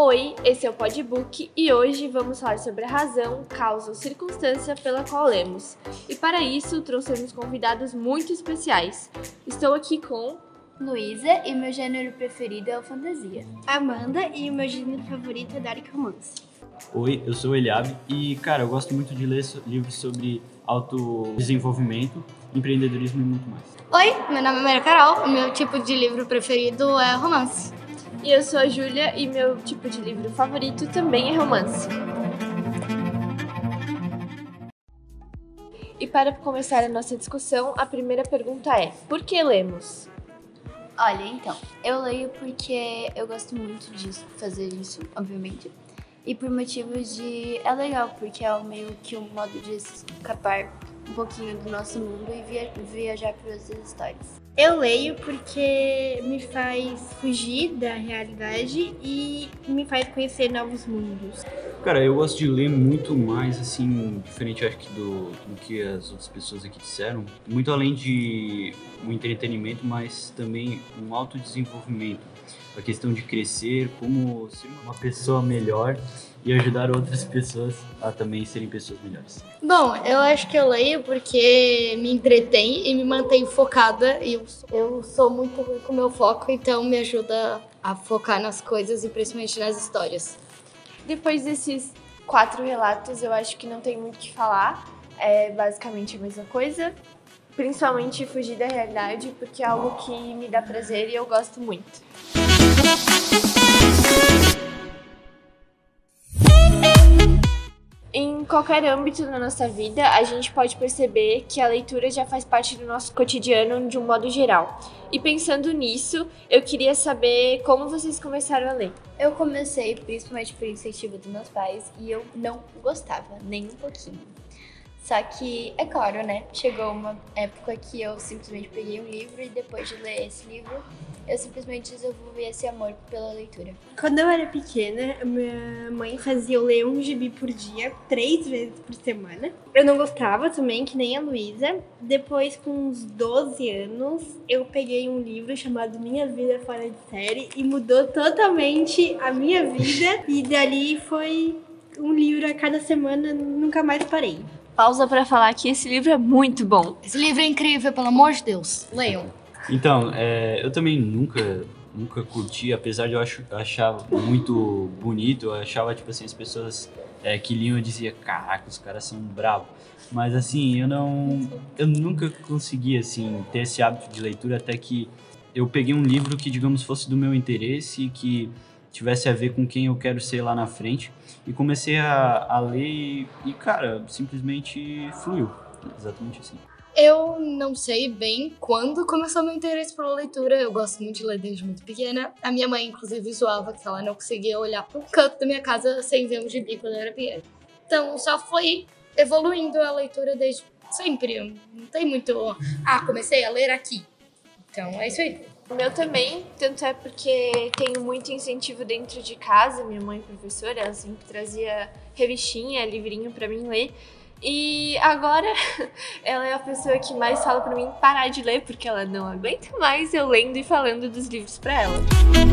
Oi, esse é o Podbook e hoje vamos falar sobre a razão, causa ou circunstância pela qual lemos. E para isso trouxemos convidados muito especiais. Estou aqui com Luísa e meu gênero preferido é a fantasia. Amanda e o meu gênero favorito é Dark Romance. Oi, eu sou o Eliabe e, cara, eu gosto muito de ler livros sobre autodesenvolvimento, empreendedorismo e muito mais. Oi, meu nome é Maria Carol, o meu tipo de livro preferido é romance. E eu sou a Júlia e meu tipo de livro favorito também é romance. E para começar a nossa discussão, a primeira pergunta é: por que lemos? Olha, então, eu leio porque eu gosto muito de fazer isso, obviamente. E por motivos de... é legal, porque é meio que um modo de escapar um pouquinho do nosso mundo e viajar para outras histórias. Eu leio porque me faz fugir da realidade e me faz conhecer novos mundos. Cara, eu gosto de ler muito mais, assim, diferente, acho que do que as outras pessoas aqui disseram. Muito além de um entretenimento, mas também um autodesenvolvimento. A questão de crescer, como ser uma pessoa melhor e ajudar outras pessoas a também serem pessoas melhores. Bom, eu acho que eu leio porque me entretém e me mantém focada. E eu sou muito ruim com o meu foco, então me ajuda a focar nas coisas e principalmente nas histórias. Depois desses 4 relatos, eu acho que não tem muito o que falar. É basicamente a mesma coisa. Principalmente fugir da realidade, porque é algo que me dá prazer e eu gosto muito. Em qualquer âmbito da nossa vida, a gente pode perceber que a leitura já faz parte do nosso cotidiano de um modo geral. E pensando nisso, eu queria saber como vocês começaram a ler. Eu comecei principalmente por incentivo dos meus pais e eu não gostava, nem um pouquinho. Só que, é claro, né, chegou uma época que eu simplesmente peguei um livro e depois de ler esse livro, eu simplesmente desenvolvi esse amor pela leitura. Quando eu era pequena, minha mãe fazia eu ler um gibi por dia, 3 vezes por semana. Eu não gostava também, que nem a Luísa. Depois, com uns 12 anos, eu peguei um livro chamado Minha Vida Fora de Série e mudou totalmente a minha vida. E dali foi um livro a cada semana, nunca mais parei. Pausa para falar que esse livro é muito bom. Esse livro é incrível, pelo amor de Deus. Leiam. Então, eu também nunca curti, apesar de eu achar muito bonito, eu achava, tipo assim, as pessoas que liam, eu dizia, caraca, os caras são bravos. Mas, assim, eu nunca consegui, assim, ter esse hábito de leitura até que eu peguei um livro que, digamos, fosse do meu interesse e que tivesse a ver com quem eu quero ser lá na frente. E comecei a ler e, cara, simplesmente fluiu. Exatamente assim. Eu não sei bem quando começou meu interesse pela leitura. Eu gosto muito de ler desde muito pequena. A minha mãe, inclusive, zoava que ela não conseguia olhar para um canto da minha casa sem ver um gibi quando eu era pequena. Então, só foi evoluindo a leitura desde sempre. Não tem muito... comecei a ler aqui. Então, é isso aí. O meu também, tanto é porque tenho muito incentivo dentro de casa. Minha mãe é professora, ela sempre trazia revistinha, livrinho pra mim ler. E agora ela é a pessoa que mais fala pra mim parar de ler, porque ela não aguenta mais eu lendo e falando dos livros pra ela.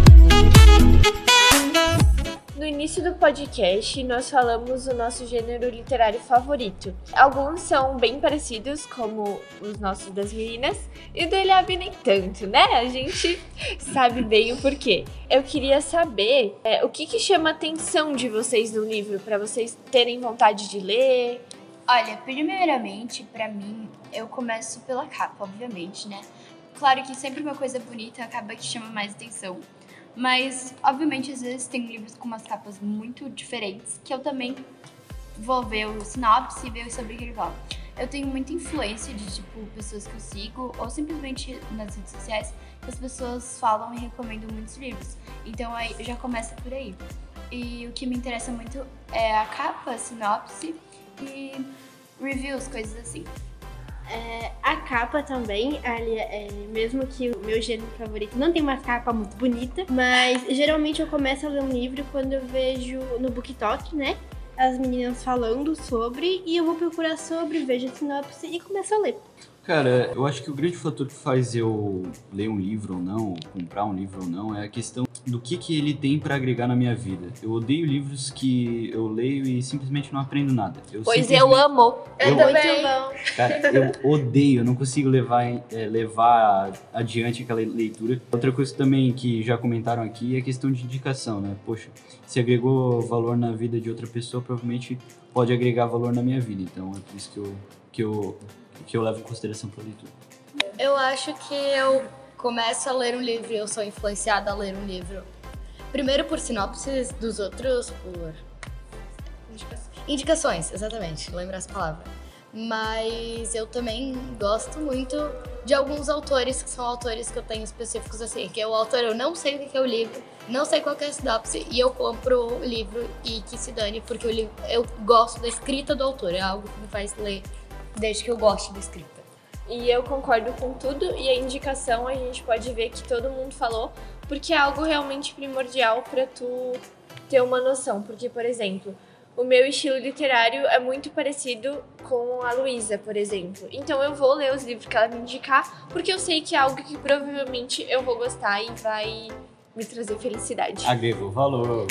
No início do podcast, nós falamos o nosso gênero literário favorito. Alguns são bem parecidos, como os nossos das meninas, e do Eliabe nem tanto, né? A gente sabe bem o porquê. Eu queria saber o que chama a atenção de vocês no livro, para vocês terem vontade de ler. Olha, primeiramente, pra mim, eu começo pela capa, obviamente, né? Claro que sempre uma coisa bonita acaba que chama mais atenção. Mas, obviamente, às vezes tem livros com umas capas muito diferentes que eu também vou ver o sinopse e ver sobre o que ele fala. Eu tenho muita influência de, tipo, pessoas que eu sigo ou simplesmente nas redes sociais que as pessoas falam e recomendam muitos livros. Então, aí já começa por aí. E o que me interessa muito é a capa, a sinopse e reviews, coisas assim. A capa também, mesmo que o meu gênero favorito não tem uma capa muito bonita, mas geralmente eu começo a ler um livro quando eu vejo no BookTok, né? As meninas falando sobre, e eu vou procurar sobre, vejo a sinopse e começo a ler. Cara, eu acho que o grande fator que faz eu ler um livro ou não, ou comprar um livro ou não, é a questão do que ele tem pra agregar na minha vida. Eu odeio livros que eu leio e simplesmente não aprendo nada. Pois eu amo. Eu também. Cara, eu odeio, eu não consigo levar adiante aquela leitura. Outra coisa também que já comentaram aqui é a questão de indicação, né? Poxa, se agregou valor na vida de outra pessoa, provavelmente pode agregar valor na minha vida. Então é por isso que eu levo em consideração para a leitura. Eu acho que eu começo a ler um livro e eu sou influenciada a ler um livro. Primeiro por sinopses dos outros, por indicações, exatamente, lembra essa palavra. Mas eu também gosto muito de alguns autores que são autores que eu tenho específicos assim, que é o autor, eu não sei o que é o livro, não sei qual que é a sinopse e eu compro o livro e que se dane, porque o livro, eu gosto da escrita do autor, é algo que me faz ler desde que eu gosto da escrita. E eu concordo com tudo, e a indicação a gente pode ver que todo mundo falou, porque é algo realmente primordial para tu ter uma noção. Porque, por exemplo, o meu estilo literário é muito parecido com a Luísa, por exemplo. Então eu vou ler os livros que ela me indicar, porque eu sei que é algo que provavelmente eu vou gostar e vai me trazer felicidade. Agregou valor.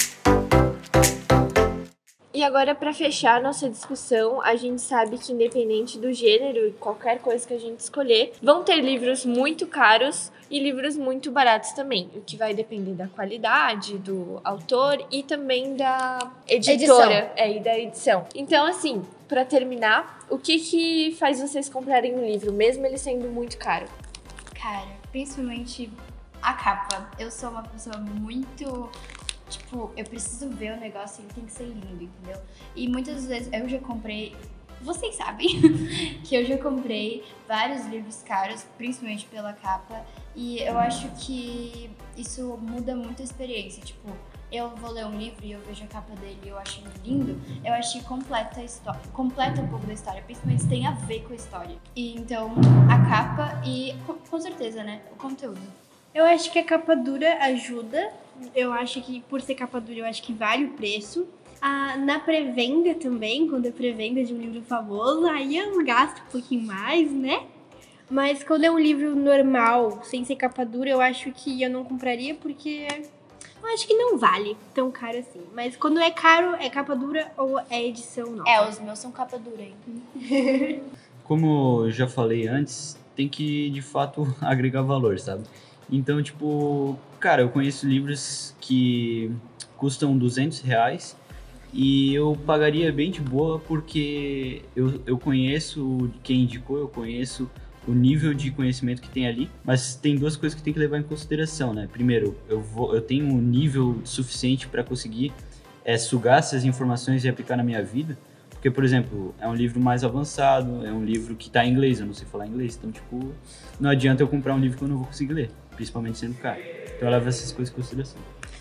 E agora, para fechar nossa discussão, a gente sabe que independente do gênero e qualquer coisa que a gente escolher, vão ter livros muito caros e livros muito baratos também, o que vai depender da qualidade do autor e também da editora e da edição. Então, assim, para terminar, o que faz vocês comprarem um livro, mesmo ele sendo muito caro? Cara, principalmente a capa. Eu sou uma pessoa muito... Tipo, eu preciso ver o negócio e ele tem que ser lindo, entendeu? E muitas vezes eu já comprei... Vocês sabem que eu já comprei vários livros caros, principalmente pela capa. E eu acho que isso muda muito a experiência. Tipo, eu vou ler um livro e eu vejo a capa dele e eu acho ele lindo. Eu acho que completa a história, completa um pouco da história, principalmente se tem a ver com a história. E então, a capa e, com certeza, né, o conteúdo. Eu acho que a capa dura ajuda. Eu acho que, por ser capa dura, eu acho que vale o preço. Na pré-venda também, quando é pré-venda de um livro famoso, aí eu gasto um pouquinho mais, né? Mas quando é um livro normal, sem ser capa dura, eu acho que eu não compraria, porque eu acho que não vale tão caro assim. Mas quando é caro, é capa dura ou é edição nova? Os meus são capa dura ainda. Como eu já falei antes, tem que, de fato, agregar valor, sabe? Então, tipo, cara, eu conheço livros que custam R$200 e eu pagaria bem de boa porque eu conheço quem indicou, eu conheço o nível de conhecimento que tem ali, mas tem duas coisas que tem que levar em consideração, né? Primeiro, eu tenho um nível suficiente para conseguir sugar essas informações e aplicar na minha vida. Porque, por exemplo, é um livro mais avançado, é um livro que tá em inglês, eu não sei falar inglês, então, tipo, não adianta eu comprar um livro que eu não vou conseguir ler, principalmente sendo caro. Então eu levo essas coisas em consideração.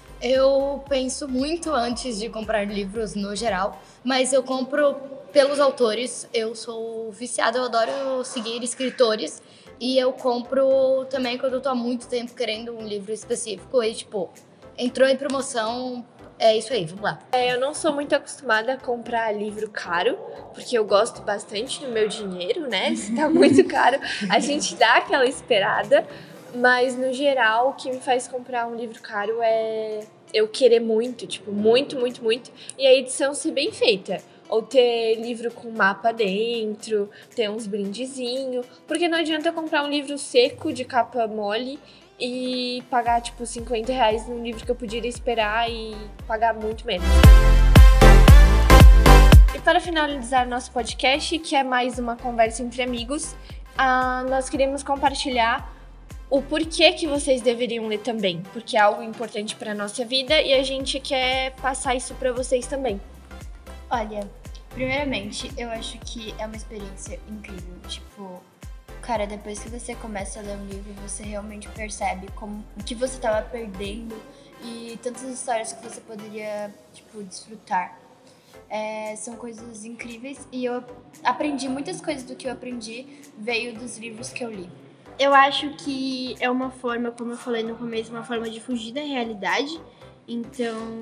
Eu penso muito antes de comprar livros no geral, mas eu compro pelos autores. Eu sou viciada, eu adoro seguir escritores e eu compro também quando eu tô há muito tempo querendo um livro específico e, tipo, entrou em promoção... É isso aí, vamos lá. Eu não sou muito acostumada a comprar livro caro, porque eu gosto bastante do meu dinheiro, né? Se tá muito caro, a gente dá aquela esperada. Mas, no geral, o que me faz comprar um livro caro é eu querer muito, tipo, muito, muito, muito. E a edição ser bem feita. Ou ter livro com mapa dentro, ter uns brindezinhos. Porque não adianta eu comprar um livro seco, de capa mole, e pagar, tipo, R$50 num livro que eu poderia esperar e pagar muito menos. E para finalizar nosso podcast, que é mais uma conversa entre amigos, nós queremos compartilhar o porquê que vocês deveriam ler também, porque é algo importante para a nossa vida e a gente quer passar isso para vocês também. Olha, primeiramente, eu acho que é uma experiência incrível, tipo... Cara, depois que você começa a ler um livro, você realmente percebe o que você estava perdendo e tantas histórias que você poderia, tipo, desfrutar. São coisas incríveis e eu aprendi muitas coisas do que eu aprendi veio dos livros que eu li. Eu acho que é uma forma, como eu falei no começo, uma forma de fugir da realidade. Então,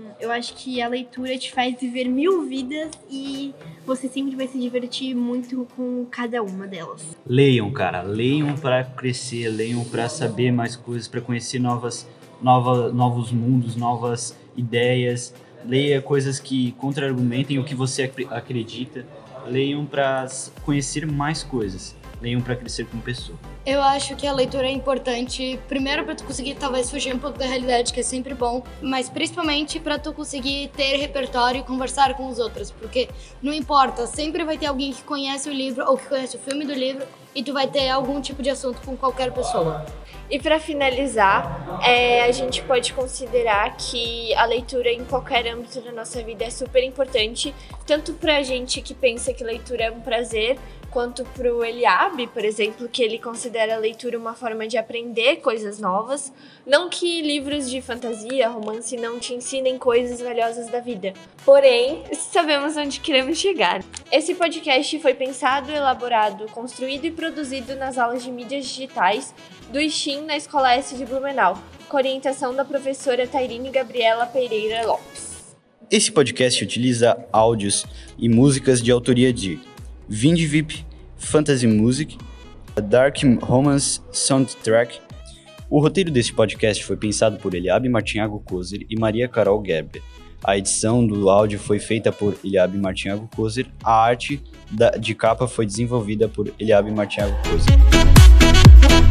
Eu acho que a leitura te faz viver 1000 vidas e você sempre vai se divertir muito com cada uma delas. Leiam, cara. Leiam para crescer, leiam para saber mais coisas, para conhecer novos mundos, novas ideias. Leia coisas que contra-argumentem o que você acredita. Leiam para conhecer mais coisas. Leiam para crescer como pessoa. Eu acho que a leitura é importante, primeiro para tu conseguir talvez fugir um pouco da realidade, que é sempre bom, mas principalmente para tu conseguir ter repertório e conversar com os outros, porque não importa, sempre vai ter alguém que conhece o livro ou que conhece o filme do livro e tu vai ter algum tipo de assunto com qualquer pessoa. E para finalizar, a gente pode considerar que a leitura em qualquer âmbito da nossa vida é super importante, tanto pra gente que pensa que leitura é um prazer, quanto pro Eliabe, por exemplo, que ele considera a leitura uma forma de aprender coisas novas. Não que livros de fantasia, romance não te ensinem coisas valiosas da vida, porém, sabemos onde queremos chegar. Esse podcast foi pensado, elaborado, construído e produzido nas aulas de mídias digitais do IXIM na Escola S de Blumenau, com orientação da professora Tairine Gabriela Pereira Lopes. Esse podcast utiliza áudios e músicas de autoria de Vindvip Fantasy Music, a Dark Romance Soundtrack. O roteiro desse podcast foi pensado por Eliabe Martinhago Kozer e Maria Carol Gerber. A edição do áudio foi feita por Eliabe Martinhago Kozer. A arte de capa foi desenvolvida por Eliabe Martinhago Kozer.